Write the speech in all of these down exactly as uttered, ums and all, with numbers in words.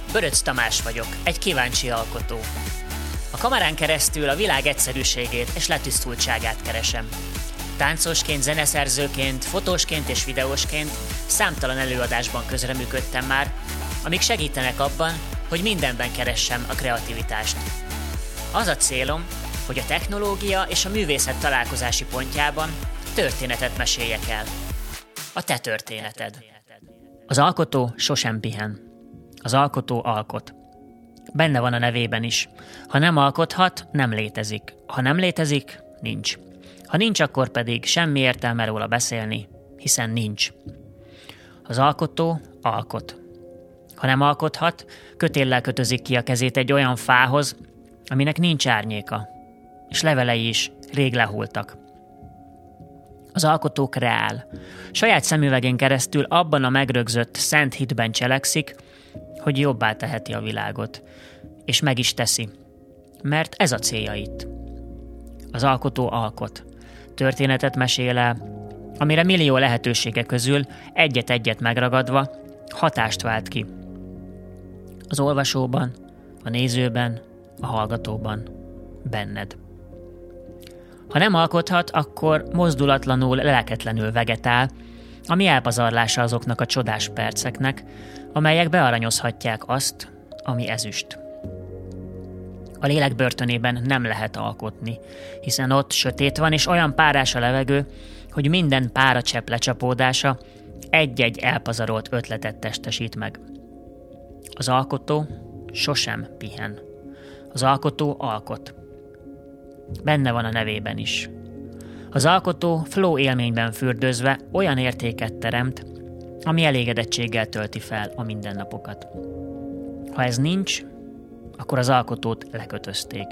Böröc Tamás vagyok, egy kíváncsi alkotó. A kamerán keresztül a világ egyszerűségét és letisztultságát keresem. Táncosként, zeneszerzőként, fotósként és videósként számtalan előadásban közreműködtem már, amik segítenek abban, hogy mindenben keressem a kreativitást. Az a célom, hogy a technológia és a művészet találkozási pontjában történetet meséljek el. A te történeted. Az alkotó sosem pihen. Az alkotó alkot. Benne van a nevében is. Ha nem alkothat, nem létezik. Ha nem létezik, nincs. Ha nincs, akkor pedig semmi értelme róla beszélni, hiszen nincs. Az alkotó alkot. Ha nem alkothat, kötéllel kötözik ki a kezét egy olyan fához, aminek nincs árnyéka, és levelei is rég lehultak. Az alkotó kreál. Saját szemüvegén keresztül abban a megrögzött szent hitben cselekszik, hogy jobbá teheti a világot. És meg is teszi. Mert ez a célja itt. Az alkotó alkot. Történetet mesél el, amire millió lehetősége közül egyet-egyet megragadva hatást vált ki. Az olvasóban, a nézőben, a hallgatóban, benned. Ha nem alkothat, akkor mozdulatlanul, lelketlenül vegetál, ami elpazarlása azoknak a csodás perceknek, amelyek bearanyozhatják azt, ami ezüst. A lélek börtönében nem lehet alkotni, hiszen ott sötét van, és olyan párás a levegő, hogy minden páracsepp lecsapódása egy-egy elpazarolt ötletet testesít meg. Az alkotó sosem pihen. Az alkotó alkot. Benne van a nevében is. Az alkotó flow élményben fürdőzve olyan értéket teremt, ami elégedettséggel tölti fel a mindennapokat. Ha ez nincs, akkor az alkotót lekötözték.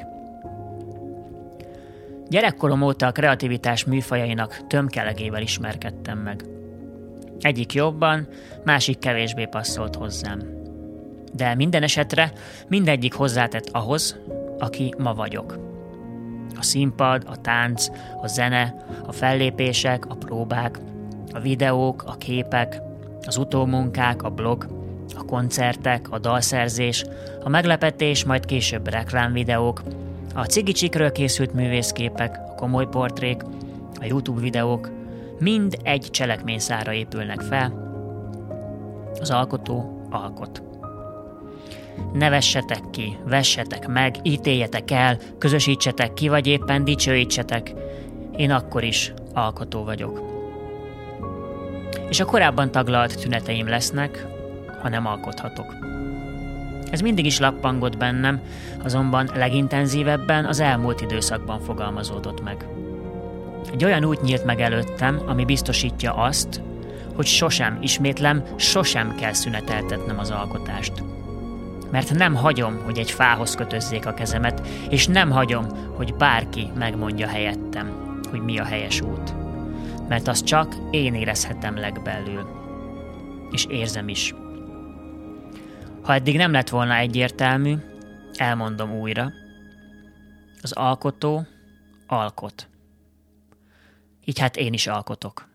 Gyerekkorom óta a kreativitás műfajainak tömkelegével ismerkedtem meg. Egyik jobban, másik kevésbé passzolt hozzám. De minden esetre mindegyik hozzátett ahhoz, aki ma vagyok. A színpad, a tánc, a zene, a fellépések, a próbák, a videók, a képek, az utómunkák, a blog, a koncertek, a dalszerzés, a meglepetés, majd később reklámvideók, a cigicsikről készült művészképek, a komoly portrék, a YouTube videók mind egy cselekményszálra épülnek fel. Az alkotó alkot. Ne vessetek ki, vessetek meg, ítéljetek el, közösítsetek ki, vagy éppen dicsőítsetek. Én akkor is alkotó vagyok. És a korábban taglalt tüneteim lesznek, ha nem alkothatok. Ez mindig is lappangott bennem, azonban legintenzívebben az elmúlt időszakban fogalmazódott meg. Egy olyan út nyílt meg előttem, ami biztosítja azt, hogy sosem, ismétlem, sosem kell szüneteltetnem az alkotást. Mert nem hagyom, hogy egy fához kötözzék a kezemet, és nem hagyom, hogy bárki megmondja helyettem, hogy mi a helyes út. Mert azt csak én érezhetem legbelül. És érzem is. Ha eddig nem lett volna egyértelmű, elmondom újra. Az alkotó alkot. Így hát én is alkotok.